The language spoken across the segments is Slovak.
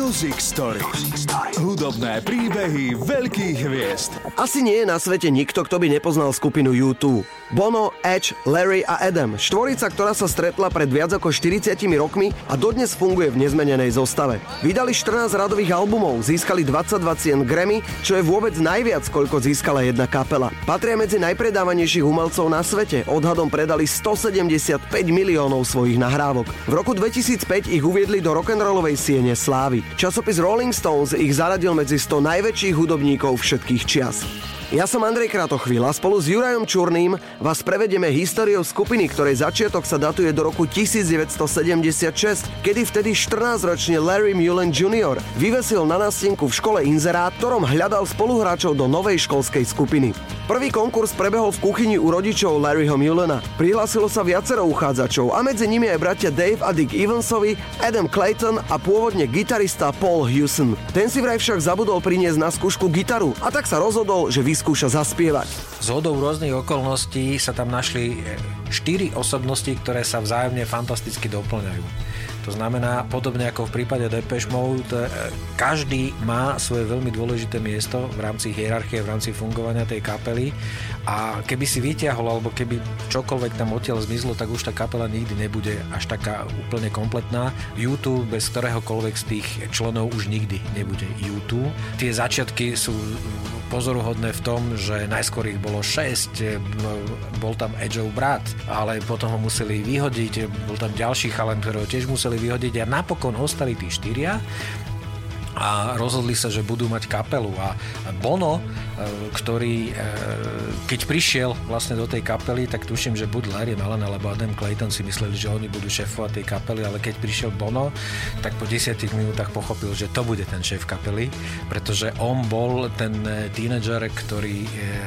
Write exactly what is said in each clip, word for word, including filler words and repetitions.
Music Story. Hudobné príbehy veľkých hviezd. Asi nie je na svete nikto, kto by nepoznal skupinu U dva. Bono, Edge, Larry a Adam. Štvorica, ktorá sa stretla pred viac ako štyridsiatimi rokmi a dodnes funguje v nezmenenej zostave. Vydali štrnásť radových albumov, získali dvadsaťdva cien Grammy, čo je vôbec najviac, koľko získala jedna kapela. Patria medzi najpredávanejších umelcov na svete. Odhadom predali stosedemdesiatpäť miliónov svojich nahrávok. V roku dvetisícpäť ich uviedli do rock'n'rollovej siene slávy. Časopis Rolling Stones ich zaradil medzi sto najväčších hudobníkov všetkých čias. Ja som Andrej Kratochvíl a spolu s Jurajom Čurným vás prevedieme históriou skupiny, ktorej začiatok sa datuje do roku devätnásťstosedemdesiatšesť, kedy vtedy štrnásťročný Larry Mullen junior vyvesil na nástenku v škole inzerát, ktorom hľadal spoluhráčov do novej školskej skupiny. Prvý konkurs prebehol v kuchyni u rodičov Larryho Mullena. Prihlásilo sa viacero uchádzačov a medzi nimi aj bratia Dave a Dick Evansovi, Adam Clayton a pôvodne gitarista Paul Hewson. Ten si vraj však zabudol priniesť na skúšku gitaru a tak sa rozhodol, že vyskúša zaspievať. Zhodou rôznych okolností sa tam našli štyri osobnosti, ktoré sa vzájomne fantasticky doplňajú. To znamená, podobne ako v prípade Depeche Mode, každý má svoje veľmi dôležité miesto v rámci hierarchie, v rámci fungovania tej kapely a keby si vyťahol, alebo keby čokoľvek tam odtiaľ zmizlo, tak už tá kapela nikdy nebude až taká úplne kompletná. U dva bez ktoréhokoľvek z tých členov už nikdy nebude U dva. Tie začiatky sú pozoruhodné v tom, že najskôr ich bolo šesť, bol tam Edgeov brat, ale potom ho museli vyhodiť, bol tam ďalší chalan, ktorého tiež museli vyhodiť a napokon ostali tí štyria a rozhodli sa, že budú mať kapelu a Bono, ktorý keď prišiel vlastne do tej kapely, tak tuším, že buď Larry Mullen alebo Adam Clayton si mysleli, že oni budú šéfovať tej kapely, ale keď prišiel Bono, tak po desiatich minútach pochopil, že to bude ten šéf kapely, pretože on bol ten tínedžer, ktorý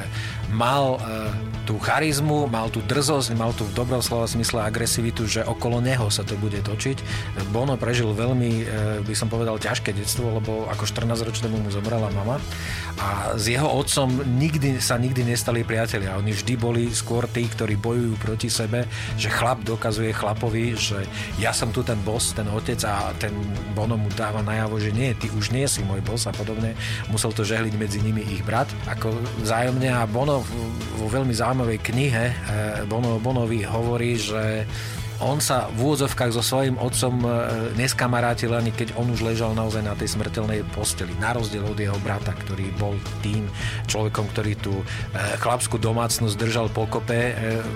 mal tú charizmu, mal tú drzosť, mal tú v dobrom slova zmysle agresivitu, že okolo neho sa to bude točiť. Bono prežil veľmi, by som povedal, ťažké detstvo, lebo ako štrnásťročnému mu zomrela mama a s jeho otcom nikdy sa nikdy nestali priatelia. Oni vždy boli skôr tí, ktorí bojujú proti sebe, že chlap dokazuje chlapovi, že ja som tu ten boss, ten otec a ten Bono mu dáva najavo, že nie, ty už nie si môj boss a podobne. Musel to žehliť medzi nimi ich brat ako vzájomne a Bono vo veľmi zaujímavej knihe Bono Bonovi hovorí, že on sa v úvodzovkách so svojím otcom neskamarátil, ani keď on už ležal naozaj na tej smrteľnej posteli. Na rozdiel od jeho brata, ktorý bol tým človekom, ktorý tú chlapskú domácnosť držal pokope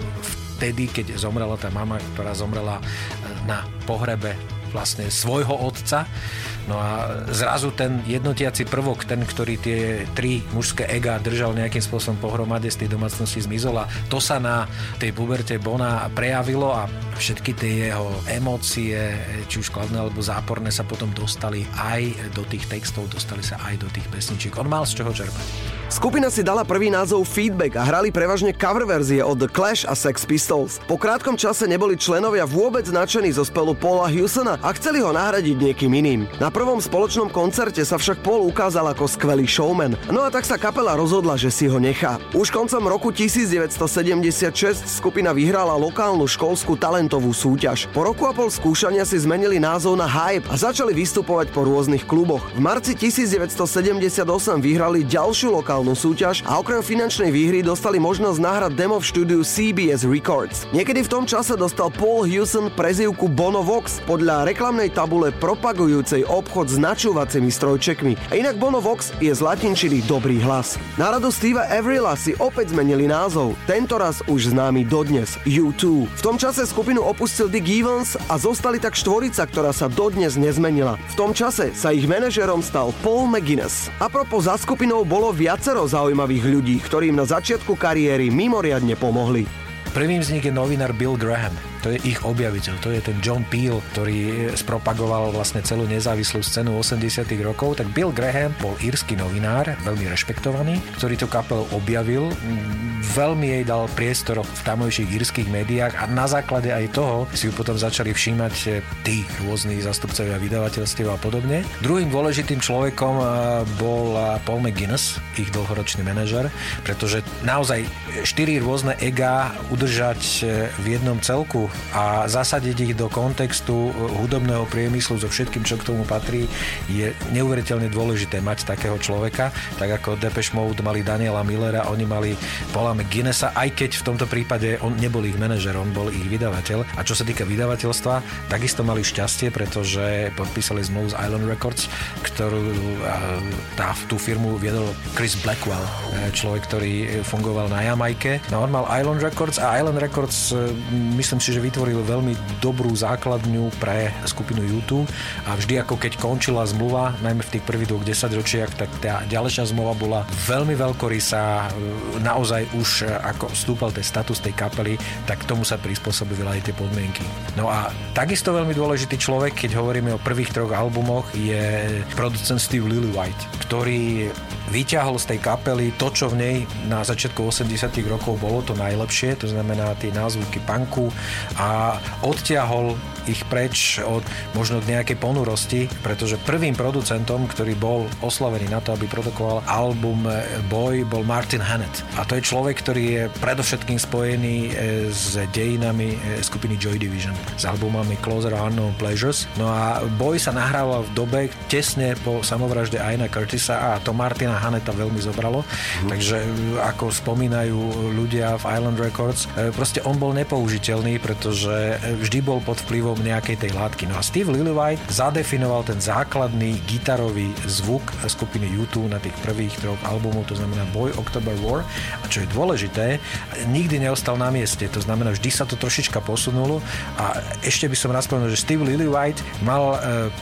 vtedy, keď zomrela tá mama, ktorá zomrela na pohrebe vlastne svojho otca. No a zrazu ten jednotiaci prvok, ten, ktorý tie tri mužské ega držal nejakým spôsobom pohromade z tej domácnosti zmizol a to sa na tej puberte Bona prejavilo a všetky tie jeho emócie, či už kladné alebo záporné, sa potom dostali aj do tých textov, dostali sa aj do tých pesničiek. On mal z čoho čerpať. Skupina si dala prvý názov Feedback a hrali prevažne cover verzie od The Clash a Sex Pistols. Po krátkom čase neboli členovia vôbec nadšení zo spelu Paula Hewsona a chceli ho nahradiť niekým iným. Na prvom spoločnom koncerte sa však Paul ukázal ako skvelý showman. No a tak sa kapela rozhodla, že si ho nechá. Už koncom roku devätnásťstosedemdesiatšesť skupina vyhrala lokálnu školskú talentovú súťaž. Po roku a pol skúšania si zmenili názov na Hype a začali vystupovať po rôznych kluboch. V marci devätnásťstosedemdesiatosem vyhrali ďalšiu lokálnu súťaž a okrem finančnej výhry dostali možnosť nahrať demo v štúdiu C B S Records. Niekedy v tom čase dostal Paul Hewson prezývku Bono Vox podľa reklamnej tabule propagujúcej obchod s načúvacími strojčekmi. A inak Bono Vox je z latinčiny dobrý hlas. Na radu Steva Avrila si opäť zmenili názov, tentoraz už známy dodnes U dva. V tom čase skupinu opustil Dick Evans a zostali tak štvorica, ktorá sa dodnes nezmenila. V tom čase sa ich manažérom stal Paul McGuinness. A propos, za skupinou bolo viacero zaujímavých ľudí, ktorým na začiatku kariéry mimoriadne pomohli. Prvým z nich je novinár Bill Graham. To je ich objaviteľ, to je ten John Peel, ktorý spropagoval vlastne celú nezávislú scénu osemdesiatych rokov. Tak Bill Graham bol írsky novinár, veľmi rešpektovaný, ktorý tú kapelu objavil, veľmi jej dal priestor v tamojších írskych médiách a na základe aj toho si ju potom začali všímať tí rôzni zastupcovia vydavateľstiev a podobne. Druhým dôležitým človekom bol Paul McGuinness, ich dlhoročný manažer, pretože naozaj štyri rôzne ega udržať v jednom celku a zasadiť ich do kontextu hudobného priemyslu so všetkým, čo k tomu patrí, je neuveriteľne dôležité mať takého človeka, tak ako Depeche Mode mali Daniela Millera, oni mali Paula McGuinnessa, aj keď v tomto prípade on nebol ich manažer, on bol ich vydavateľ. A čo sa týka vydavateľstva, takisto mali šťastie, pretože podpísali zmluvu z Island Records, ktorú tá, tú firmu viedol Chris Blackwell, človek, ktorý fungoval na Jamajke. No on mal Island Records a Island Records myslím si, že vytvoril veľmi dobrú základňu pre skupinu U dva a vždy ako keď končila zmluva, najmä v tých prvých dvoch desaťročiach, tak tá ďalšia zmluva bola veľmi veľkorysá, naozaj už ako stúpal ten status tej kapely, tak tomu sa prispôsobili aj tie podmienky. No a takisto veľmi dôležitý človek, keď hovoríme o prvých troch albumoch, je producent Steve Lillywhite, ktorý vyťahol z tej kapely to, čo v nej na začiatku osemdesiatych rokov bolo to najlepšie, to znamená tie názvuky punku a odtiahol ich preč od možno nejakej ponurosti, pretože prvým producentom, ktorý bol oslavený na to, aby produkoval album Boy, bol Martin Hannett. A to je človek, ktorý je predovšetkým spojený s dejinami skupiny Joy Division, s albumami Closer a Unknown Pleasures. No a Boy sa nahrával v dobe tesne po samovražde Iana Curtisa a to Martina Hannetta veľmi zobralo. Mm. Takže ako spomínajú ľudia v Island Records, proste on bol nepoužiteľný, pretože vždy bol pod vplyvom nejakej tej látky. No a Steve Lillywhite zadefinoval ten základný gitarový zvuk skupiny U dva na tých prvých troch albumov, to znamená Boy, October War. A čo je dôležité, nikdy neostal na mieste, to znamená, vždy sa to trošička posunulo a ešte by som raz povedal, že Steve Lillywhite mal e,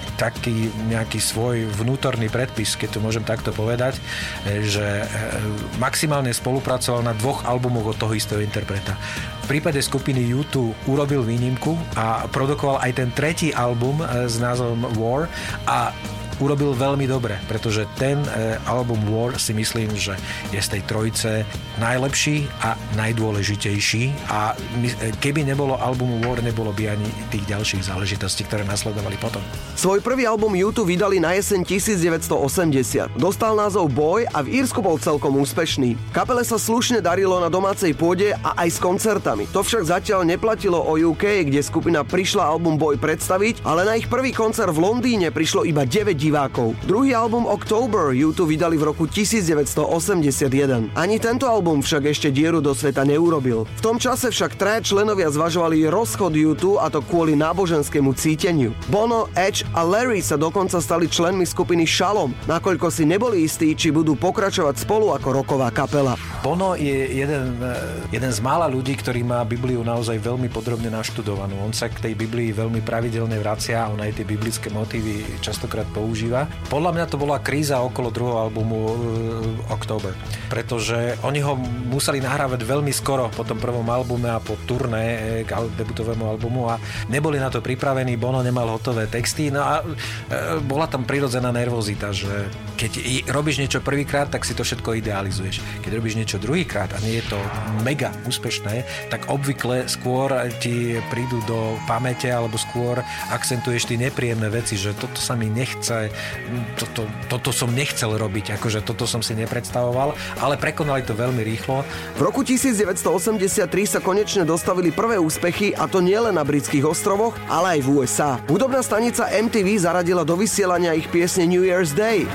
taký nejaký svoj vnútorný predpis, keď to môžem takto povedať, e, že e, maximálne spolupracoval na dvoch albumoch od toho istého interpreta. V prípade skupiny U dva urobil výnimku a produkoval aj ten tretí album s názvom War a urobil veľmi dobre, pretože ten e, album War si myslím, že je z tej trojice najlepší a najdôležitejší a my, e, keby nebolo albumu War, nebolo by ani tých ďalších záležitostí, ktoré nasledovali potom. Svoj prvý album U dva vydali na jeseň devätnásťstoosemdesiat. Dostal názov Boy a v Írsku bol celkom úspešný. Kapele sa slušne darilo na domácej pôde a aj s koncertami. To však zatiaľ neplatilo o ú ká, kde skupina prišla album Boy predstaviť, ale na ich prvý koncert v Londýne prišlo iba deväť divákov. Druhý album October U dva vydali v roku devätnásťstoosemdesiatjeden. Ani tento album však ešte dieru do sveta neurobil. V tom čase však traja členovia zvažovali rozchod U dva a to kvôli náboženskému cíteniu. Bono, Edge a Larry sa dokonca stali členmi skupiny Shalom, nakoľko si neboli istí, či budú pokračovať spolu ako rocková kapela. Bono je jeden, jeden z mála ľudí, ktorý má Bibliu naozaj veľmi podrobne naštudovanú. On sa k tej Biblii veľmi pravidelne vracia a on aj tie biblické motívy častokrát používa. Podľa mňa to bola kríza okolo druhého albumu uh, October, pretože oni ho museli nahrávať veľmi skoro po tom prvom albume a po turné k debutovému albumu a neboli na to pripravení, Bono nemal hotové texty, no a uh, bola tam prirodzená nervozita, že keď robíš niečo prvýkrát, tak si to všetko idealizuješ. Keď robíš niečo druhýkrát a nie je to mega úspešné, tak obvykle skôr ti prídu do pamäte alebo skôr akcentuješ tie nepríjemné veci, že toto sa mi nechce, toto, toto som nechcel robiť, akože toto som si nepredstavoval, ale prekonali to veľmi rýchlo. V roku devätnásťstoosemdesiattri sa konečne dostavili prvé úspechy a to nielen na britských ostrovoch, ale aj v ú es á. Hudobná stanica em té vé zaradila do vysielania ich piesne New Year's Day.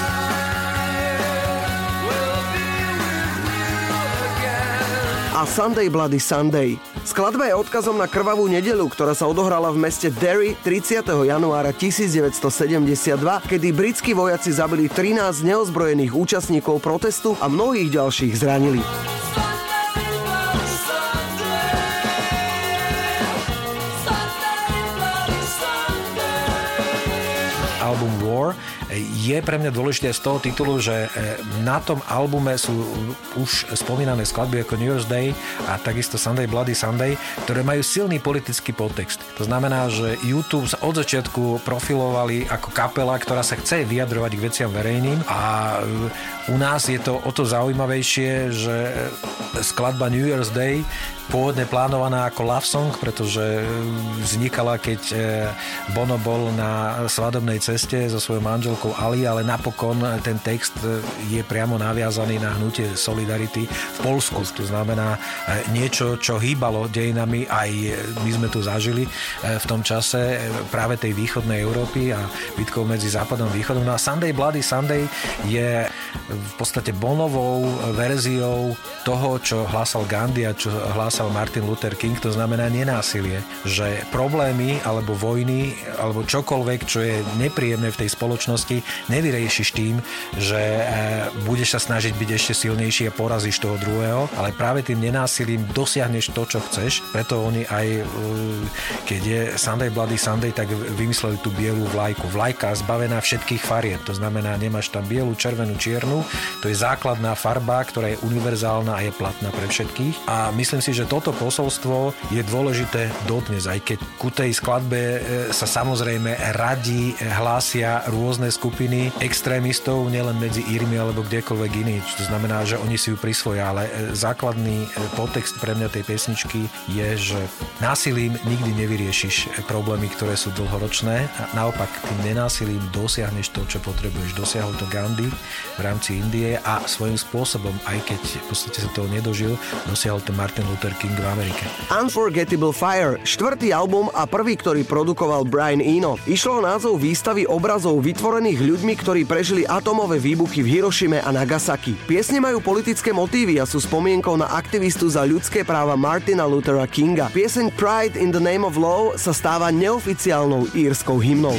A Sunday Bloody Sunday. Skladba je odkazom na krvavú nedeľu, ktorá sa odohrala v meste Derry tridsiateho januára devätnásťstosedemdesiatdva, kedy britskí vojaci zabili trinásť neozbrojených účastníkov protestu a mnohých ďalších zranili. Album War je pre mňa dôležité z toho titulu, že na tom albume sú už spomínané skladby ako New Year's Day a takisto Sunday Bloody Sunday, ktoré majú silný politický podtext. To znamená, že U dva sa od začiatku profilovali ako kapela, ktorá sa chce vyjadrovať k veciam verejným a u nás je to o to zaujímavejšie, že skladba New Year's Day pôvodne plánovaná ako love song, pretože vznikala, keď Bono bol na svadobnej ceste ceste so svojou manželkou Ali, ale napokon ten text je priamo naviazaný na hnutie Solidarity v Poľsku. To znamená niečo, čo hýbalo dejinami, aj my sme tu zažili v tom čase práve tej východnej Európy a bitkov medzi západom a východom. No a Sunday Bloody Sunday je v podstate Bonovou verziou toho, čo hlásal Gandhi a čo hlásal Martin Luther King, to znamená nenásilie. Že problémy alebo vojny alebo čokoľvek, čo je nepríjemné v tej spoločnosti, nevyriešiš tým, že budeš sa snažiť byť ešte silnejší a porazíš toho druhého, ale práve tým nenásilím dosiahneš to, čo chceš. Preto oni aj, keď je Sunday Bloody Sunday, tak vymysleli tú bielu vlajku. Vlajka zbavená všetkých farieb. To znamená, nemáš tam bielu, červenú, čiernu. To je základná farba, ktorá je univerzálna a je platná pre všetkých. A myslím si, že toto posolstvo je dôležité dodnes, aj keď ku tej skladbe sa samozrejme radí, hlásia rôzne skupiny extrémistov, nielen medzi Írmi alebo kdekoľvek iný. To znamená, že oni si ju prisvoja, ale základný podtext pre mňa tej pesničky je, že násilím nikdy nevyriešiš problémy, ktoré sú dlhoročné. A naopak, tým nenásilím dosiahneš to, čo potrebuješ. Dosiahol to Gandhi v rámci Indie a svojím spôsobom, aj keď v podstate sa toho nedožil, dosiahol to Martin Luther King v Amerike. Unforgettable Fire, štvrtý album a prvý, ktorý produkoval Brian Eno. Išlo o názov výstavy obrazov vytvorených ľuďmi, ktorí prežili atómové výbuchy v Hirošime a Nagasaki. Piesne majú politické motívy a sú spomienkou na aktivistu za ľudské práva Martina Luthera Kinga. Pieseň Pride in the Name of Law sa stáva neoficiálnou írskou hymnou.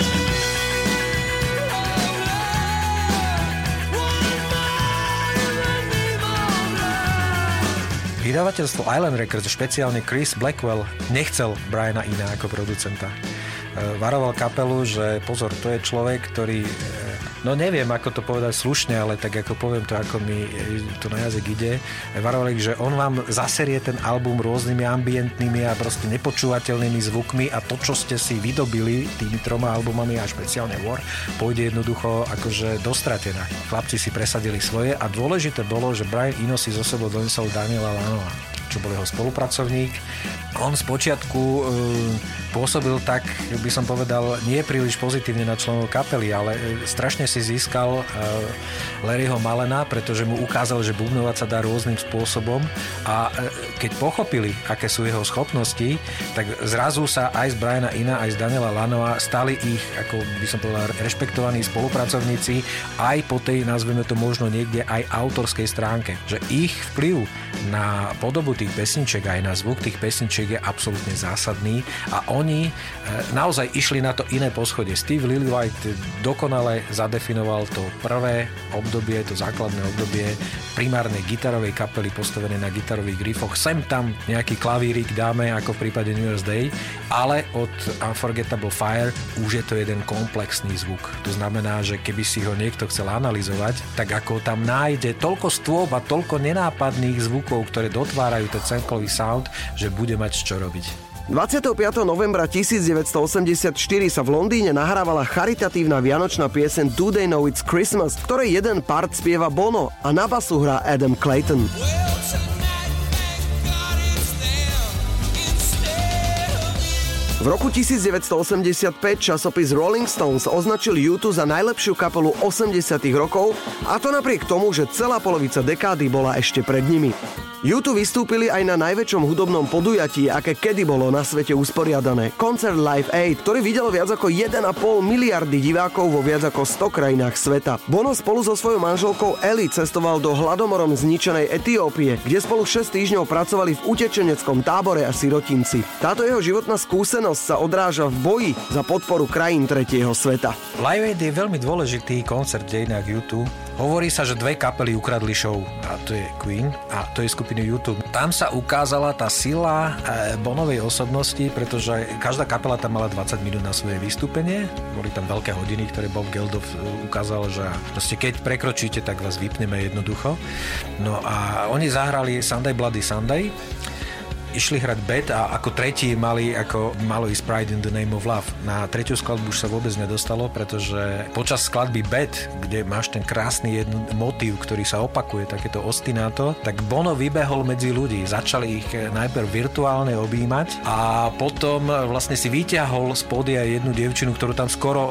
Vydavateľstvo Island Records, špeciálne Chris Blackwell, nechcel Briana Ena ako producenta. Varoval kapelu, že pozor, to je človek, ktorý, no neviem, ako to povedať slušne, ale tak ako poviem to, ako mi to na jazyk ide, varoval ich, že on vám zaserie ten album rôznymi ambientnými a proste nepočúvateľnými zvukmi a to, čo ste si vydobili tými troma albumami a špeciálne War, pôjde jednoducho akože dostratená. Chlapci si presadili svoje a dôležité bolo, že Brian Eno si zo sebou donesol Daniela Lanoa, čo bol jeho spolupracovník. On spočiatku e, pôsobil tak, by som povedal, nie príliš pozitívne na členov kapely, ale e, strašne si získal e, Larryho Malena, pretože mu ukázal, že bubnovať sa dá rôznym spôsobom a e, keď pochopili, aké sú jeho schopnosti, tak zrazu sa aj z Briana Ena, aj z Daniela Lanoa stali ich, ako by som povedal, rešpektovaní spolupracovníci aj po tej, nazveme to možno niekde, aj autorskej stránke. Že ich vplyv na podobu tých pesniček, aj na zvuk tých pesniček je absolútne zásadný a oni e, naozaj išli na to iné poschodie. Steve Lillywhite dokonale zadefinoval to prvé obdobie, to základné obdobie primárnej gitarovej kapely postavené na gitarových griffoch. Sem tam nejaký klavírik dáme, ako v prípade New Year's Day, ale od Unforgettable Fire už je to jeden komplexný zvuk. To znamená, že keby si ho niekto chcel analyzovať, tak ako tam nájde toľko stôp a toľko nenápadných zvukov, ktoré dotvárajú ten celkový sound, že bude mať čo robiť. dvadsiateho piateho novembra devätnásťstoosemdesiatštyri sa v Londýne nahrávala charitatívna vianočná pieseň Do They Know It's Christmas, v ktorej jeden part spieva Bono a na basu hrá Adam Clayton. V roku devätnásťstoosemdesiatpäť časopis Rolling Stones označil ú dva za najlepšiu kapelu osemdesiatych rokov, a to napriek tomu, že celá polovica dekády bola ešte pred nimi. ú dva vystúpili aj na najväčšom hudobnom podujatí, aké kedy bolo na svete usporiadané, koncert Live Aid, ktorý videlo viac ako jeden a pol miliardy divákov vo viac ako sto krajinách sveta. Bono spolu so svojou manželkou Ellie cestoval do hladomorom zničenej Etiópie, kde spolu šesť týždňov pracovali v utečeneckom tábore a sirotinci. Táto jeho životná skúsenosť sa odráža v boji za podporu krajín tretieho sveta. Live Aid je veľmi dôležitý koncert v dejinách ú dva. Hovorí sa, že dve kapely ukradli show, a to je Queen a to je skupina ú dva. Tam sa ukázala tá sila Bonovej osobnosti, pretože každá kapela tam mala dvadsať minút na svoje vystúpenie. Boli tam veľké hodiny, ktoré Bob Geldof ukázal, že proste keď prekročíte, tak vás vypneme jednoducho. No a oni zahrali Sunday Bloody Sunday, išli hrať Bad a ako tretí mali, ako malo ísť Pride in the Name of Love. Na tretiu skladbu už sa vôbec nedostalo, pretože počas skladby Bad, kde máš ten krásny jeden motív, ktorý sa opakuje, takéto ostinato, tak Bono vybehol medzi ľudí. Začali ich najprv virtuálne objímať a potom vlastne si vyťahol z pódia jednu dievčinu, ktorú tam skoro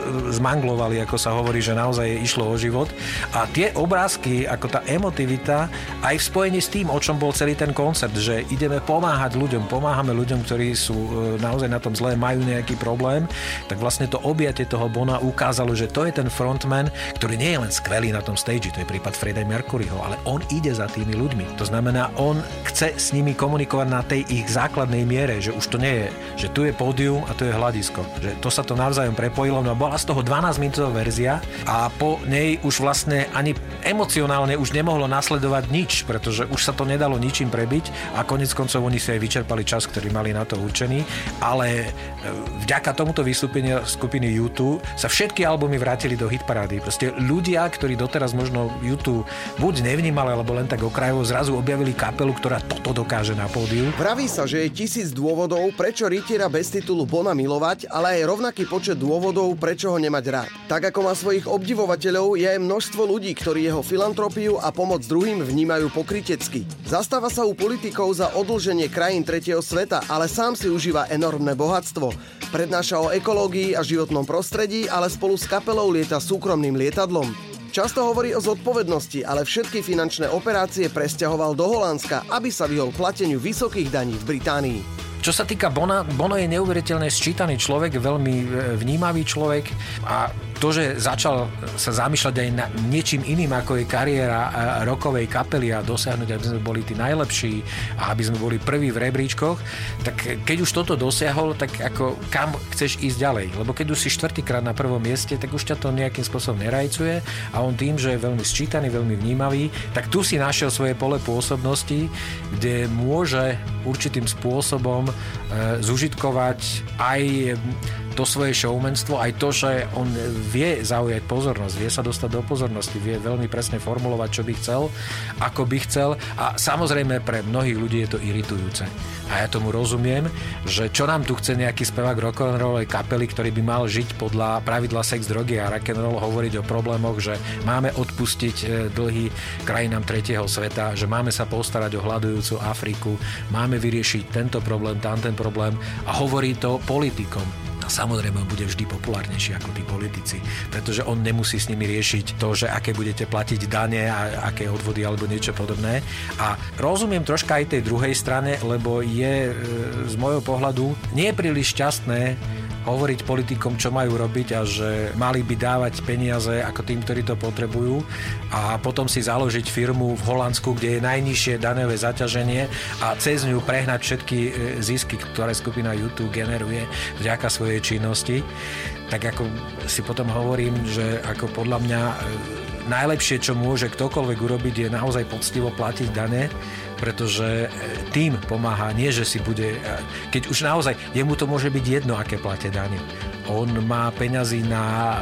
zmanglovali, ako sa hovorí, že naozaj išlo o život. A tie obrázky, ako tá emotivita, aj v spojení s tým, o čom bol celý ten koncert, že ideme pomáhať ľuďom, pomáhame ľuďom, ktorí sú naozaj na tom zle, majú nejaký problém, tak vlastne to objatie toho Bona ukázalo, že to je ten frontman, ktorý nie je len skvelý na tom stage, to je prípad Freddie Mercuryho, ale on ide za tými ľuďmi. To znamená, on chce s nimi komunikovať na tej ich základnej miere, že už to nie je, že tu je pódium a tu je hľadisko. Že to sa to navzájom prepojilo, no bola z toho dvanásťminútová verzia a po nej už vlastne ani emocionálne už nemohlo nasledovať nič, pretože už sa to nedalo ničím prebiť a konec koncov oni si aj vyčerpali čas, ktorý mali na to určený, ale vďaka tomuto vystúpeniu skupiny U dva sa všetky albumy vrátili do hitparády. Proste ľudia, ktorí doteraz možno U dva buď nevnímali, alebo len tak okrajovo, zrazu objavili kapelu, ktorá toto dokáže na pódiu. Vraví sa, že je tisíc dôvodov, prečo rytiera bez titulu Bona milovať, ale aj rovnaký počet dôvodov, prečo ho nemať rád. Tak ako má svojich obdivovateľov, je aj množstvo ľudí, ktorí jeho filantropiu a pomoc druhým vnímajú pokrytecky. Zastáva sa u politikov za odlženie krajín tretieho sveta, ale sám si užíva enormné bohatstvo. Prednáša o ekológii a životnom prostredí, ale spolu s kapelou lieta súkromným lietadlom. Často hovorí o zodpovednosti, ale všetky finančné operácie presťahoval do Holandska, aby sa vyhol plateniu vysokých daní v Británii. Čo sa týka Bona, Bono je neuveriteľne sčítaný človek, veľmi vnímavý človek a to, že začal sa zamýšľať aj nad niečím iným, ako je kariéra rockovej kapely a dosiahnuť, aby sme boli tí najlepší a aby sme boli prví v rebríčkoch, tak keď už toto dosiahol, tak ako kam chceš ísť ďalej? Lebo keď už si štvrtýkrát na prvom mieste, tak už ťa to nejakým spôsobom nerajcuje a on tým, že je veľmi sčítaný, veľmi vnímavý, tak tu si našiel svoje pole pôsobnosti, kde môže určitým spôsobom e, zužitkovať aj to svoje showmanstvo, aj to, že on vie zaujať pozornosť, vie sa dostať do pozornosti, vie veľmi presne formulovať, čo by chcel, ako by chcel a samozrejme pre mnohých ľudí je to iritujúce. A ja tomu rozumiem, že čo nám tu chce nejaký spevák rock'n'rollovej kapely, ktorý by mal žiť podľa pravidla sex, drogy a rock'n'roll, hovoriť o problémoch, že máme odpustiť dlhy krajinám tretieho sveta, že máme sa postarať o hľadujúcu Afriku, máme vyriešiť tento problém, tamten problém a hovorí to politikom. A samozrejme on bude vždy populárnejší ako tí politici, pretože on nemusí s nimi riešiť to, že aké budete platiť dane a aké odvody alebo niečo podobné. A rozumiem troška aj tej druhej strane, lebo je z môjho pohľadu nie príliš šťastné hovoriť politikom, čo majú robiť a že mali by dávať peniaze ako tým, ktorí to potrebujú a potom si založiť firmu v Holandsku, kde je najnižšie daňové zaťaženie a cez ňu prehnať všetky zisky, ktoré skupina U dva generuje vďaka svojej činnosti. Tak ako si potom hovorím, že ako podľa mňa najlepšie, čo môže ktokoľvek urobiť, je naozaj poctivo platiť dane, pretože tým pomáha, nie že si bude, keď už naozaj, jemu to môže byť jedno, aké platia dane. On má peňazí na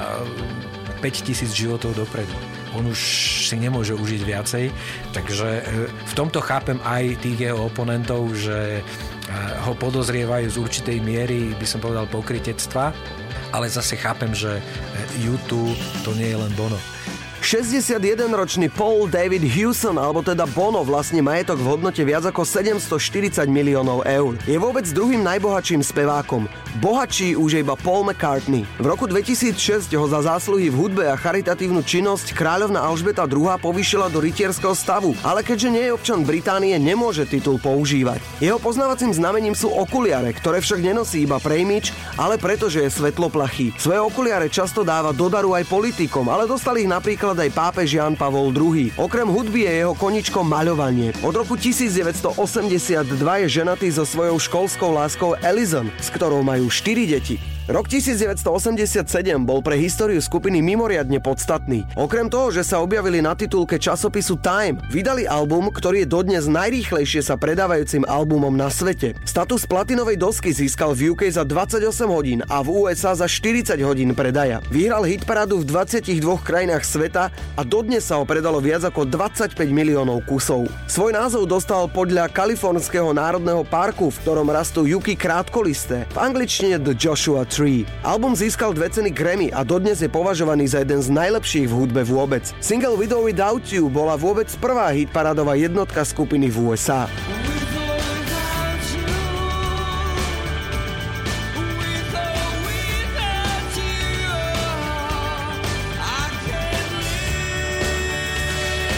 päťtisíc životov dopredu. On už si nemôže užiť viacej, takže v tomto chápem aj tých jeho oponentov, že ho podozrievajú z určitej miery, by som povedal, pokrytectva, ale zase chápem, že U dva to nie je len Bono. šesťdesiatjedenročný Paul David Hewson, alebo teda Bono, vlastne majetok v hodnote viac ako sedemstoštyridsať miliónov eur. Je vôbec druhým najbohatším spevákom. Bohatší už iba Paul McCartney. V roku dvetisícšesť ho za zásluhy v hudbe a charitatívnu činnosť kráľovna Alžbeta druhá povýšila do rytierského stavu, ale keďže nie je občan Británie, nemôže titul používať. Jeho poznávacím znamením sú okuliare, ktoré však nenosí iba pre imidž, ale pretože je svetloplachý. Svoje okuliare často dáva do daru aj politikom, ale dostal ich napríklad aj pápež Ján Pavol druhý. Okrem hudby je jeho koničkom maľovanie. Od roku devätnásťstoosemdesiatdva je ženatý so svojou školskou láskou Alison, s ktorou majú štyri deti. Rok devätnásťstoosemdesiatsedem bol pre históriu skupiny mimoriadne podstatný. Okrem toho, že sa objavili na titulke časopisu Time, vydali album, ktorý je dodnes najrýchlejšie sa predávajúcim albumom na svete. Status platinovej dosky získal v ú ká za dvadsaťosem hodín a v ú es á za štyridsať hodín predaja. Vyhral hitparádu v dvadsiatich dvoch krajinách sveta a dodnes sa ho predalo viac ako dvadsaťpäť miliónov kusov. Svoj názov dostal podľa Kalifornského národného parku, v ktorom rastú juky krátkolisté, v angličtine The Joshua Tree. Album získal dve ceny Grammy a dodnes je považovaný za jeden z najlepších v hudbe vôbec. Single With or Without You bola vôbec prvá hitparádová jednotka skupiny v ú es á.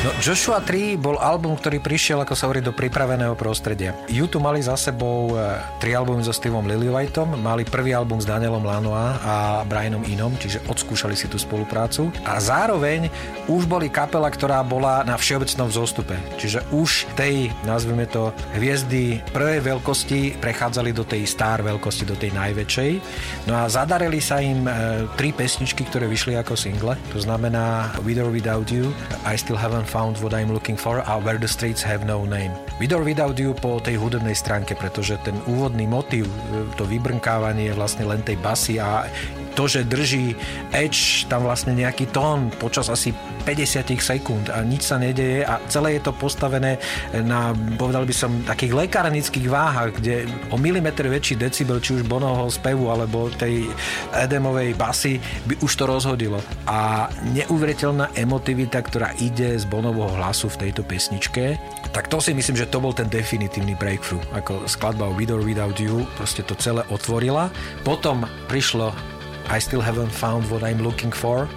No, Joshua tri bol album, ktorý prišiel, ako sa hovorí, do pripraveného prostredia. U dva mali za sebou tri albumy so Stevom Lillywhitom, mali prvý album s Danielom Lanois a Brianom Inom, čiže odskúšali si tú spoluprácu a zároveň už boli kapela, ktorá bola na všeobecnom vzostupe. Čiže už tej, nazvime to, hviezdy prvej veľkosti prechádzali do tej star veľkosti, do tej najväčšej. No a zadarili sa im e, tri pesničky, ktoré vyšli ako single. To znamená With or Without You, I Still Haven't Found What I'm Looking For a Where the Streets Have No Name. With or Without You po tej hudobnej stránke, pretože ten úvodný motív, to vybrnkávanie vlastne len tej basy a to, že drží Edge tam vlastne nejaký tón počas asi päťdesiat sekúnd a nič sa nedeje a celé je to postavené na, povedal by som, takých lekárnických váhach, kde o milimeter väčší decibel, či už Bonoho spevu alebo tej Edemovej basy by už to rozhodilo. A neuveriteľná emotivita, ktorá ide z Bonovho hlasu v tejto pesničke, tak to si myslím, že to bol ten definitívny breakthrough. Ako skladba With or Without You proste to celé otvorila. Potom prišlo I Still Haven't Found What I'm Looking For,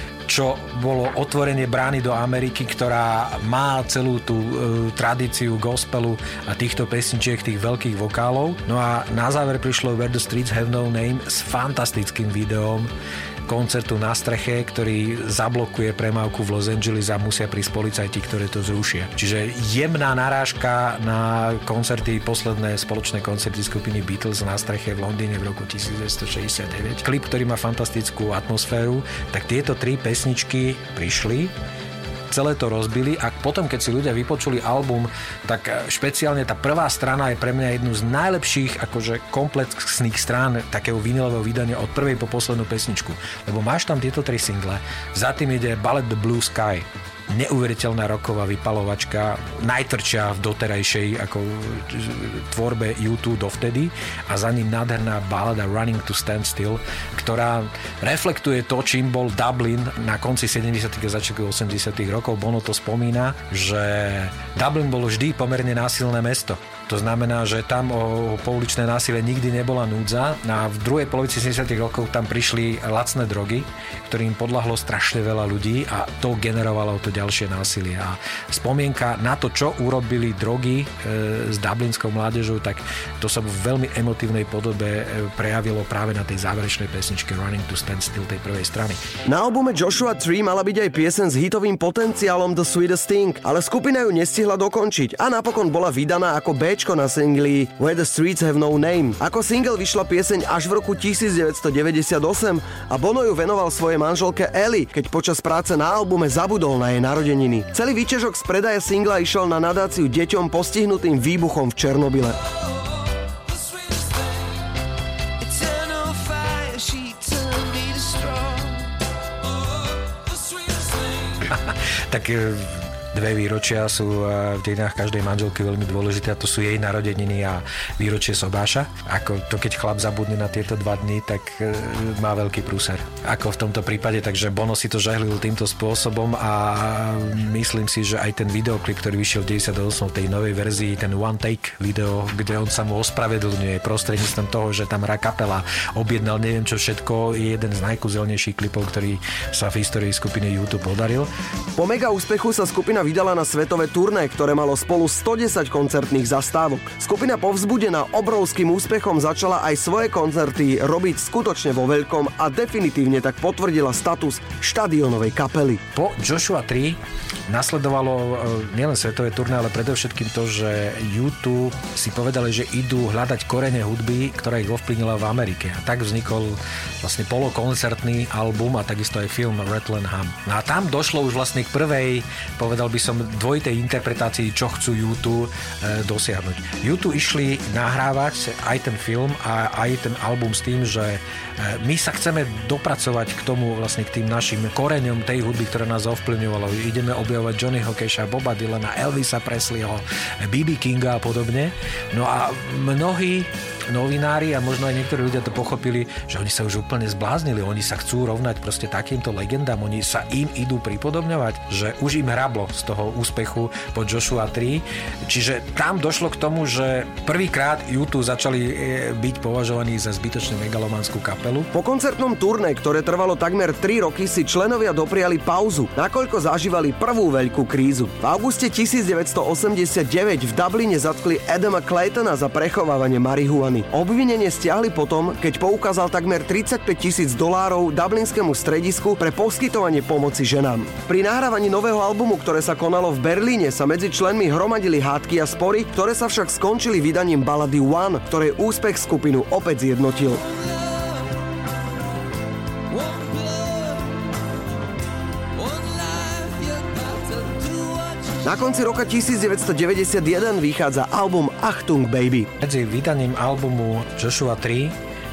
čo bolo otvorenie brány do Ameriky, ktorá má celú tú e, tradíciu gospelu a týchto pesničiek, tých veľkých vokálov. No a na záver prišlo Where the Streets Have No Name s fantastickým videom koncertu na streche, ktorý zablokuje premávku v Los Angeles a musia prísť policajti, ktorí to zrušia. Čiže jemná narážka na koncerty, posledné spoločné koncerty skupiny Beatles na streche v Londýne v roku devätnásťstošesťdesiatdeväť. Klip, ktorý má fantastickú atmosféru, tak tieto tri pesničky prišli, celé to rozbili a potom, keď si ľudia vypočuli album, tak špeciálne tá prvá strana je pre mňa jednu z najlepších akože komplexných strán takého vinylového vydania od prvej po poslednú pesničku. Lebo máš tam tieto tri single, za tým ide Ballet the Blue Sky, neuveriteľná rocková vypalovačka, najtvrdšia v doterajšej ako tvorbe U dva dovtedy a za ním nádherná balada Running to Stand Still, ktorá reflektuje to, čím bol Dublin na konci sedemdesiatych a začiatku osemdesiatych rokov. Bono to spomína, že Dublin bol vždy pomerne násilné mesto. To znamená, že tam o pouličné násilie nikdy nebola núdza a v druhej polovici sedemdesiatych rokov tam prišli lacné drogy, ktorým podľahlo strašne veľa ľudí a to generovalo to ďalšie násilie. A spomienka na to, čo urobili drogy e, s dublinskou mládežou, tak to sa v veľmi emotívnej podobe e, prejavilo práve na tej záverečnej pesničke Running to Stand Still tej prvej strany. Na albume Joshua tri mala byť aj pieseň s hitovým potenciálom The Sweetest Thing, ale skupina ju nestihla dokončiť a napokon bola vydaná ako B na singli Where the Streets Have No Name. Ako single vyšla pieseň až v roku devätnásťstodeväťdesiatosem a Bono ju venoval svojej manželke Ellie, keď počas práce na albume zabudol na jej narodeniny. Celý výťažok z predaja singla išiel na nadáciu deťom postihnutým výbuchom v Černobyle. Tak dve výročia sú v dejinách každej manželky veľmi dôležité a to sú jej narodeniny a výročie sobáša. Ako to, keď chlap zabudne na tieto dva dny, tak má veľký prúser. Ako v tomto prípade, takže Bono si to žahlil týmto spôsobom a myslím si, že aj ten videoklip, ktorý vyšiel v deväťdesiatom ôsmom tej novej verzii, ten One Take video, kde on sa mu ospravedlňuje prostredníctvom toho, že tam hra kapela, objednal neviem čo všetko, je jeden z najkúzelnejších klipov, ktorý sa v histórii skupiny U dva podaril. Po mega úspechu sa skupina vydala na svetové turné, ktoré malo spolu stodesať koncertných zastávok. Skupina povzbudená obrovským úspechom začala aj svoje koncerty robiť skutočne vo veľkom a definitívne tak potvrdila status štadiónovej kapely. Po Joshua tri nasledovalo nielen svetové turné, ale predovšetkým to, že U dva si povedali, že idú hľadať korene hudby, ktorá ich ovplyvnila v Amerike. A tak vznikol vlastne polokoncertný album a takisto aj film Rattle and Hum. No a tam došlo už vlastne k prvej, povedal by som, dvojitej interpretácii, čo chcú U dva e, dosiahnuť. U dva išli nahrávať aj ten film a aj ten album s tým, že e, my sa chceme dopracovať k tomu, vlastne k tým našim koreňom tej hudby, ktorá nás ovplyvňovalo. Ideme objavovať Johnnyho Casha, Boba Dylana, Elvisa Presleyho, bé bé Kinga a podobne. No a mnohí novinári a možno aj niektorí ľudia to pochopili, že oni sa už úplne zbláznili, oni sa chcú rovnať proste takýmto legendám, oni sa im idú pripodobňovať, že už im hrablo z toho úspechu po Joshua tri. Čiže tam došlo k tomu, že prvýkrát U dva začali byť považovaní za zbytočne megalomanskú kapelu. Po koncertnom turné, ktoré trvalo takmer tri roky, si členovia dopriali pauzu, nakoľko zažívali prvú veľkú krízu. V auguste devätnásťstoosemdesiatdeväť v Dubline zatkli Adama Claytona za prechovávanie marihuany. Obvinenie stiahli potom, keď poukázal takmer tridsaťpäť tisíc dolárov dublinskému stredisku pre poskytovanie pomoci ženám. Pri nahrávaní nového albumu, ktoré sa konalo v Berlíne, sa medzi členmi hromadili hádky a spory, ktoré sa však skončili vydaním balady One, ktorej úspech skupinu opäť zjednotil. Na konci roka devätnásťstodeväťdesiatjeden vychádza album Achtung Baby. Medzi vydaním albumu Joshua tri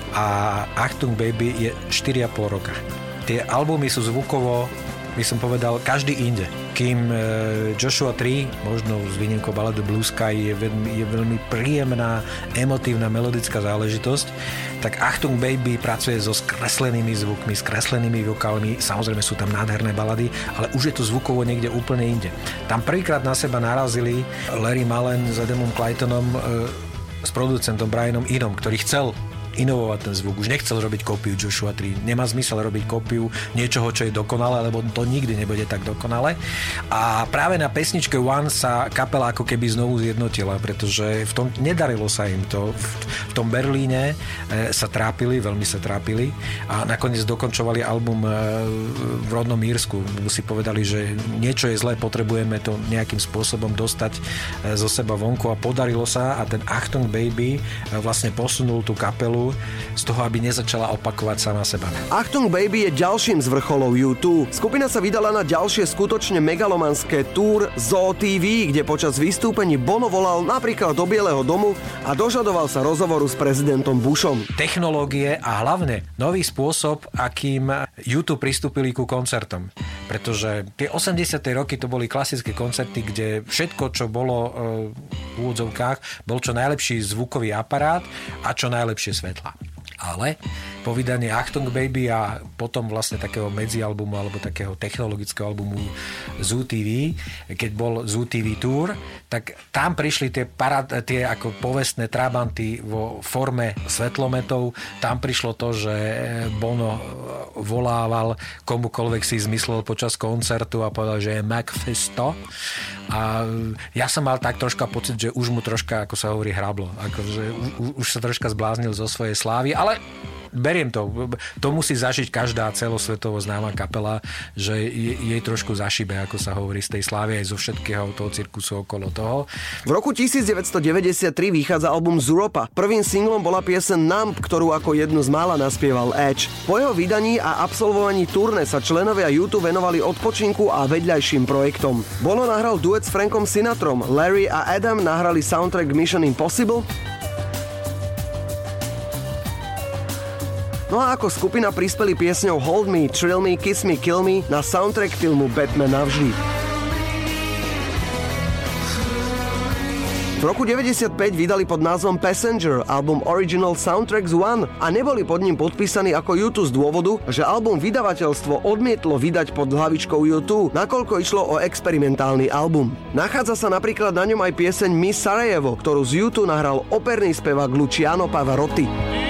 a Achtung Baby je štyri a pol roka. Tie albumy sú zvukovo, by som povedal, každý inde. Kým Joshua tri, možno s výnimkou balady Blue Sky, je veľmi, je veľmi príjemná, emotívna, melodická záležitosť, tak Achtung Baby pracuje so skreslenými zvukmi, skreslenými vokálmi, samozrejme sú tam nádherné balady, ale už je to zvukovo niekde úplne inde. Tam prvýkrát na seba narazili Larry Mullen s Adamom Claytonom, s producentom Brianom Enom, ktorý chcel inovovať ten zvuk. Už nechcel robiť kópiu Joshua tri. Nemá zmysel robiť kópiu niečoho, čo je dokonalé, lebo to nikdy nebude tak dokonalé. A práve na pesničke One sa kapela ako keby znovu zjednotila, pretože v tom nedarilo sa im to. V tom Berlíne sa trápili, veľmi sa trápili a nakoniec dokončovali album v rodnom Írsku. Si povedali, že niečo je zlé, potrebujeme to nejakým spôsobom dostať zo seba vonku a podarilo sa a ten Achtung Baby vlastne posunul tú kapelu z toho, aby nezačala opakovať sama seba. Achtung Baby je ďalším z vrcholov U dva. Skupina sa vydala na ďalšie skutočne megalomanské tour Zoo té vé, kde počas vystúpení Bono volal napríklad do Bieleho domu a dožadoval sa rozhovoru s prezidentom Bushom. Technológie a hlavne nový spôsob, akým U dva pristúpili ku koncertom. Pretože tie osemdesiate roky to boli klasické koncerty, kde všetko, čo bolo v úvodzovkách, bol čo najlepší zvukový aparát a čo najlepšie svetlo. Ale po vydaní Achtung Baby a potom vlastne takého medzialbumu alebo takého technologického albumu Zoo té vé, keď bol Zoo té vé Tour, tak tam prišli tie, parad, tie ako povestné trabanty vo forme svetlometov. Tam prišlo to, že Bono volával komukoľvek si zmyslel počas koncertu a povedal, že je Macfisto. A ja som mal tak troška pocit, že už mu troška, ako sa hovorí, hrablo. Akože už sa troška zbláznil zo svojej slávy, ale beriem to. To musí zažiť každá celosvetovo známa kapela, že jej trošku zašibe, ako sa hovorí, z tej slávy aj zo všetkého toho cirkusu okolo toho. V roku devätnásťstodeväťdesiattri vychádza album Zuropa. Prvým singlom bola pieseň Numb, ktorú ako jednu z mála naspieval Edge. Po jeho vydaní a absolvovaní turné sa členovia U dva venovali odpočinku a vedľajším projektom. Bono nahral duet s Frankom Sinatrom, Larry a Adam nahrali soundtrack Mission Impossible. No a ako skupina prispeli piesňou Hold Me, Thrill Me, Kiss Me, Kill Me na soundtrack filmu Batman navždy. V roku deväťdesiatpäť vydali pod názvom Passenger album Original Soundtracks One a neboli pod ním podpísaní ako U dva z dôvodu, že album vydavateľstvo odmietlo vydať pod hlavičkou U dva, nakoľko išlo o experimentálny album. Nachádza sa napríklad na ňom aj pieseň Miss Sarajevo, ktorú z U dva nahral operný spevák Luciano Pavarotti.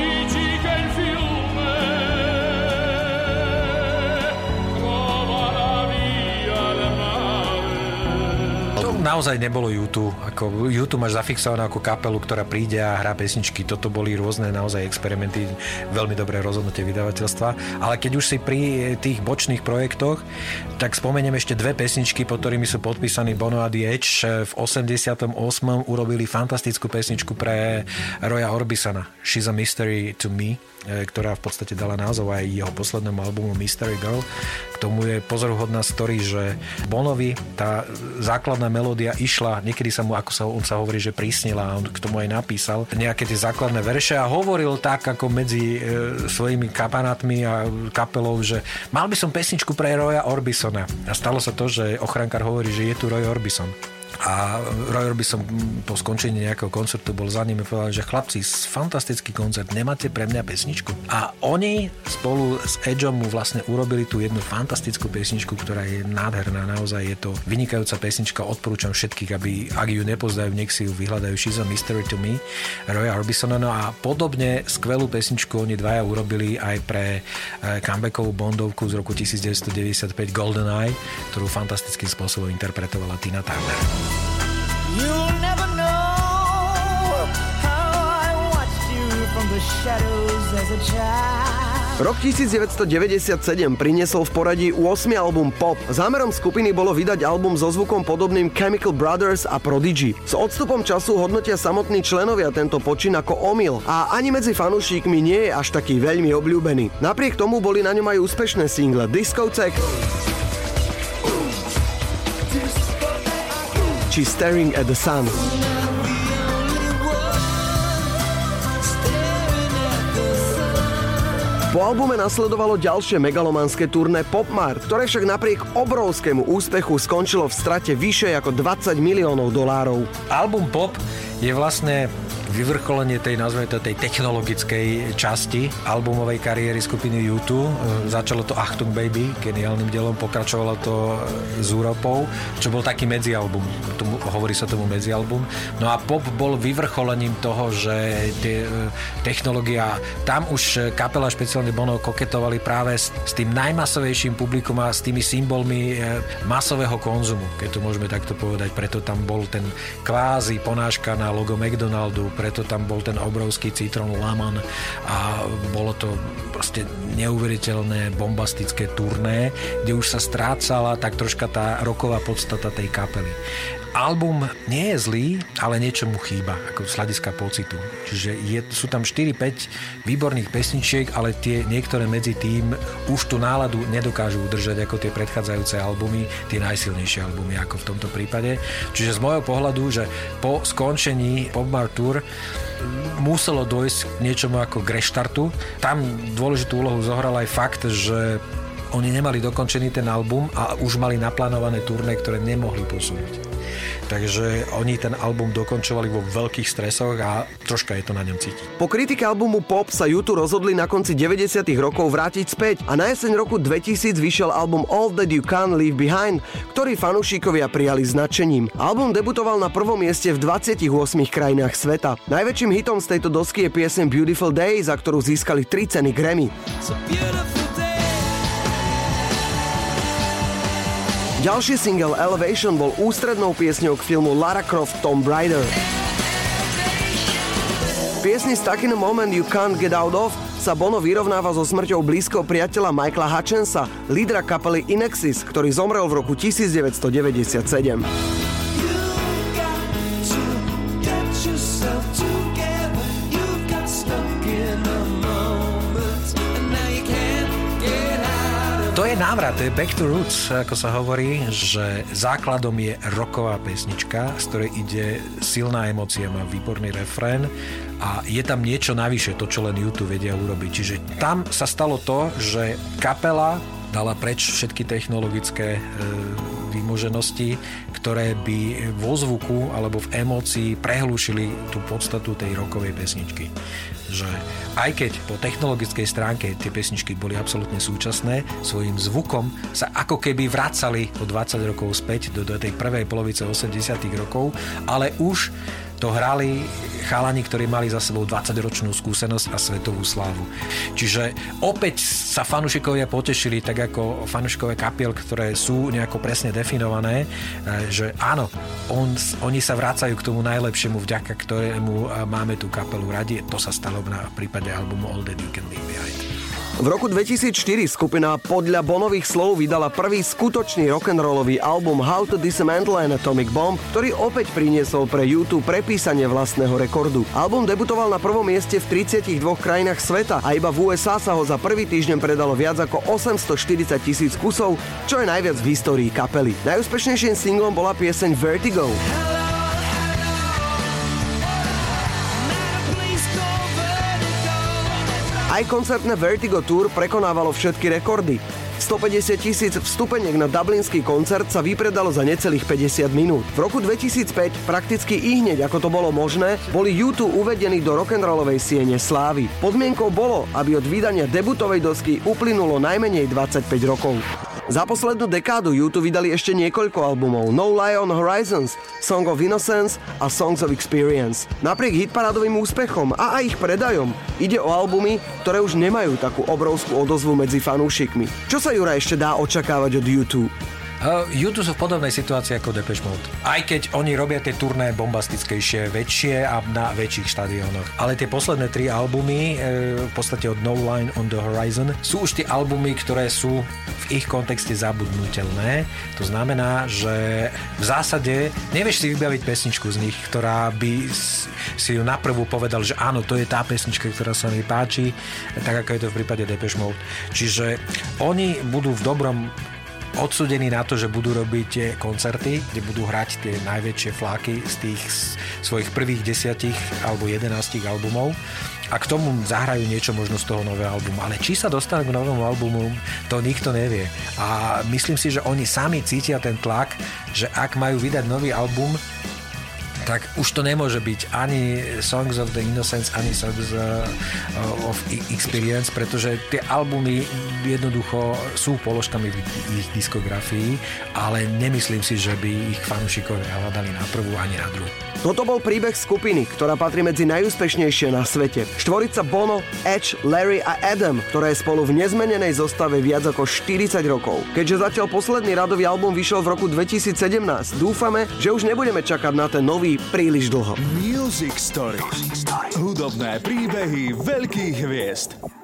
Naozaj nebolo U dva. Ako U dva máš zafixovanú ako kapelu, ktorá príde a hrá pesničky. Toto boli rôzne naozaj experimenty, veľmi dobré rozhodnutie vydavateľstva. Ale keď už si pri tých bočných projektoch, tak spomeniem ešte dve pesničky, pod ktorými sú podpísaní Bono a The Edge. V osemdesiatom ôsmom urobili fantastickú pesničku pre Roya Orbisona. She's a Mystery to Me, ktorá v podstate dala názov aj jeho poslednému albumu Mystery Girl. K tomu je pozoruhodná story, že Bonovi tá základná melódia išla, niekedy sa mu, ako sa, on sa hovorí, že prísnila a on k tomu aj napísal nejaké tie základné verše a hovoril tak, ako medzi e, svojimi kapanátmi a kapelou, že mal by som pesničku pre Roya Orbisona. A stalo sa to, že ochrankár hovorí, že je tu Roy Orbison. A Roy Orbison po skončení nejakého koncertu bol za nimi povedal, že chlapci, fantastický koncert, nemáte pre mňa pesničku? A oni spolu s Edgeom mu vlastne urobili tú jednu fantastickú pesničku, ktorá je nádherná, naozaj je to vynikajúca pesnička, odporúčam všetkých, aby ak ju nepoznajú, nech si ju vyhľadajú. She's a Mystery to Me, Roy Orbisona. No a podobne skvelú pesničku oni dvaja urobili aj pre comebackovú Bondovku z roku devätnásťstodeväťdesiatpäť GoldenEye, ktorú fantastickým spôsobom interpretovala Tina Turner. You'll never know how I watched you from the shadows as a child. Rok devätnásťstodeväťdesiatsedem priniesol v poradí ôsmy album Pop. Zámerom skupiny bolo vydať album so zvukom podobným Chemical Brothers a Prodigy. S odstupom času hodnotia samotní členovia tento počin ako omyl a ani medzi fanúšikmi nie je až taký veľmi obľúbený. Napriek tomu boli na ňom aj úspešné single Discotheque či Staring at the Sun. Po albume nasledovalo ďalšie megalomanské turné Pop Mart, ktoré však napriek obrovskému úspechu skončilo v strate vyššej ako dvadsať miliónov dolárov. Album Pop je vlastne vyvrcholenie tej, nazveme to, tej technologickej časti albumovej kariéry skupiny U dva. Začalo to Achtung Baby, geniálnym dielom, pokračovalo to s Európou, čo bol taký medzialbum. Tomu, hovorí sa tomu medzialbum. No a Pop bol vyvrcholením toho, že tie technológia, tam už kapela, špeciálne Bono, koketovali práve s, s tým najmasovejším publikum a s tými symbolmi masového konzumu, keď to môžeme takto povedať. Preto tam bol ten kvázi ponáška na logo McDonaldu, preto tam bol ten obrovský Citron Laman a bolo to proste neuveriteľné bombastické turné, kde už sa strácala tak troška tá roková podstata tej kapely. Album nie je zlý, ale niečo mu chýba, ako z hľadiska pocitu. Čiže je, sú tam štyri päť výborných pesničiek, ale tie niektoré medzi tým už tú náladu nedokážu udržať ako tie predchádzajúce albumy, tie najsilnejšie albumy ako v tomto prípade. Čiže z môjho pohľadu, že po skončení Pop Mart Tour muselo dojsť k niečomu ako k reštartu. Tam dôležitú úlohu zohral aj fakt, že oni nemali dokončený ten album a už mali naplánované turné, ktoré nemohli posunúť. Takže oni ten album dokončovali vo veľkých stresoch a troška je to na ňom cítiť. Po kritike albumu Pop sa U dva rozhodli na konci deväťdesiatych rokov vrátiť späť a na jeseň roku dvetisíc vyšiel album All That You Can Leave Behind, ktorý fanúšikovia prijali značením. Album debutoval na prvom mieste v dvadsiatich ôsmich krajinách sveta. Najväčším hitom z tejto dosky je pieseň Beautiful Day, za ktorú získali tri ceny Grammy. Ďalší single Elevation bol ústrednou piesňou k filmu Lara Croft Tomb Raider. Piesni Stuck in a Moment You Can't Get Out Of sa Bono vyrovnáva so smrťou blízkeho priateľa Michaela Hutchensa, lídra kapely Inexis, ktorý zomrel v roku devätnásťstodeväťdesiatsedem. To je návrat, to je back to roots, ako sa hovorí, že základom je rocková pesnička, z ktorej ide silná emócia, má výborný refrén a je tam niečo navyše, to, čo len U dva vedia urobiť. Čiže tam sa stalo to, že kapela dala preč všetky technologické e, výmoženosti, ktoré by vo zvuku alebo v emócii prehlúšili tú podstatu tej rockovej pesničky. Že aj keď po technologickej stránke tie pesničky boli absolútne súčasné, svojím zvukom sa ako keby vracali o dvadsať rokov späť do, do tej prvej polovice osemdesiatych rokov, ale už to hrali chalani, ktorí mali za sebou dvadsaťročnú skúsenosť a svetovú slávu. Čiže opäť sa fanúšikovia potešili, tak ako fanúšikové kapiel, ktoré sú nejako presne definované, že áno, on, oni sa vracajú k tomu najlepšiemu, vďaka ktorému máme tú kapelu radi. To sa stalo na prípade albumu All That You Can Leave Behind. V roku dvetisícštyri skupina podľa Bonových slov vydala prvý skutočný rock'n'rollový album How to Dismantle an Atomic Bomb, ktorý opäť priniesol pre U dva prepísanie vlastného rekordu. Album debutoval na prvom mieste v tridsiatich dvoch krajinách sveta a iba v U S A sa ho za prvý týždeň predalo viac ako osemstoštyridsať tisíc kusov, čo je najviac v histórii kapely. Najúspešnejším singlom bola pieseň Vertigo. Aj koncertné Vertigo Tour prekonávalo všetky rekordy. stopäťdesiat tisíc vstupeniek na dublinský koncert sa vypredalo za necelých päťdesiat minút. V roku dvetisícpäť, prakticky ihneď ako to bolo možné, boli ú dva uvedení do rock'n'rollovej siene slávy. Podmienkou bolo, aby od vydania debutovej dosky uplynulo najmenej dvadsaťpäť rokov. Za poslednú dekádu ú dva vydali ešte niekoľko albumov: No Lie on Horizons, Song of Innocence a Songs of Experience. Napriek hitparádovým úspechom a aj ich predajom ide o albumy, ktoré už nemajú takú obrovskú odozvu medzi fanúšikmi. Čo sa, Jura, ešte dá očakávať od ú dva? Uh, ú dva sú v podobnej situácii ako Depeche Mode. Aj keď oni robia tie turné bombastickejšie, väčšie a na väčších štadiónoch. Ale tie posledné tri albumy, e, v podstate od No Line on the Horizon, sú už tie albumy, ktoré sú v ich kontexte zabudnutelné. To znamená, že v zásade nevieš si vybaviť pesničku z nich, ktorá by si ju naprvu povedal, že áno, to je tá pesnička, ktorá sa mi páči, tak ako je to v prípade Depeche Mode. Čiže oni budú v dobrom odsúdení na to, že budú robiť koncerty, kde budú hrať tie najväčšie fláky z tých svojich prvých desiatich alebo jedenástich albumov a k tomu zahrajú niečo možno z toho nového albumu. Ale či sa dostanú k novému albumu, to nikto nevie. A myslím si, že oni sami cítia ten tlak, že ak majú vydať nový album, tak už to nemôže byť ani Songs of the Innocence, ani Songs of Experience, pretože tie albumy jednoducho sú položkami v ich diskografii, ale nemyslím si, že by ich fanúšikovia hľadali na prvú ani na druhú. Toto bol príbeh skupiny, ktorá patrí medzi najúspešnejšie na svete. Štvorica Bono, Edge, Larry a Adam, ktorá je spolu v nezmenenej zostave viac ako štyridsať rokov. Keďže zatiaľ posledný radový album vyšiel v roku dvetisícsedemnásť, dúfame, že už nebudeme čakať na ten nový príliš dlho. Music Story. Hudobné príbehy veľkých hviezd.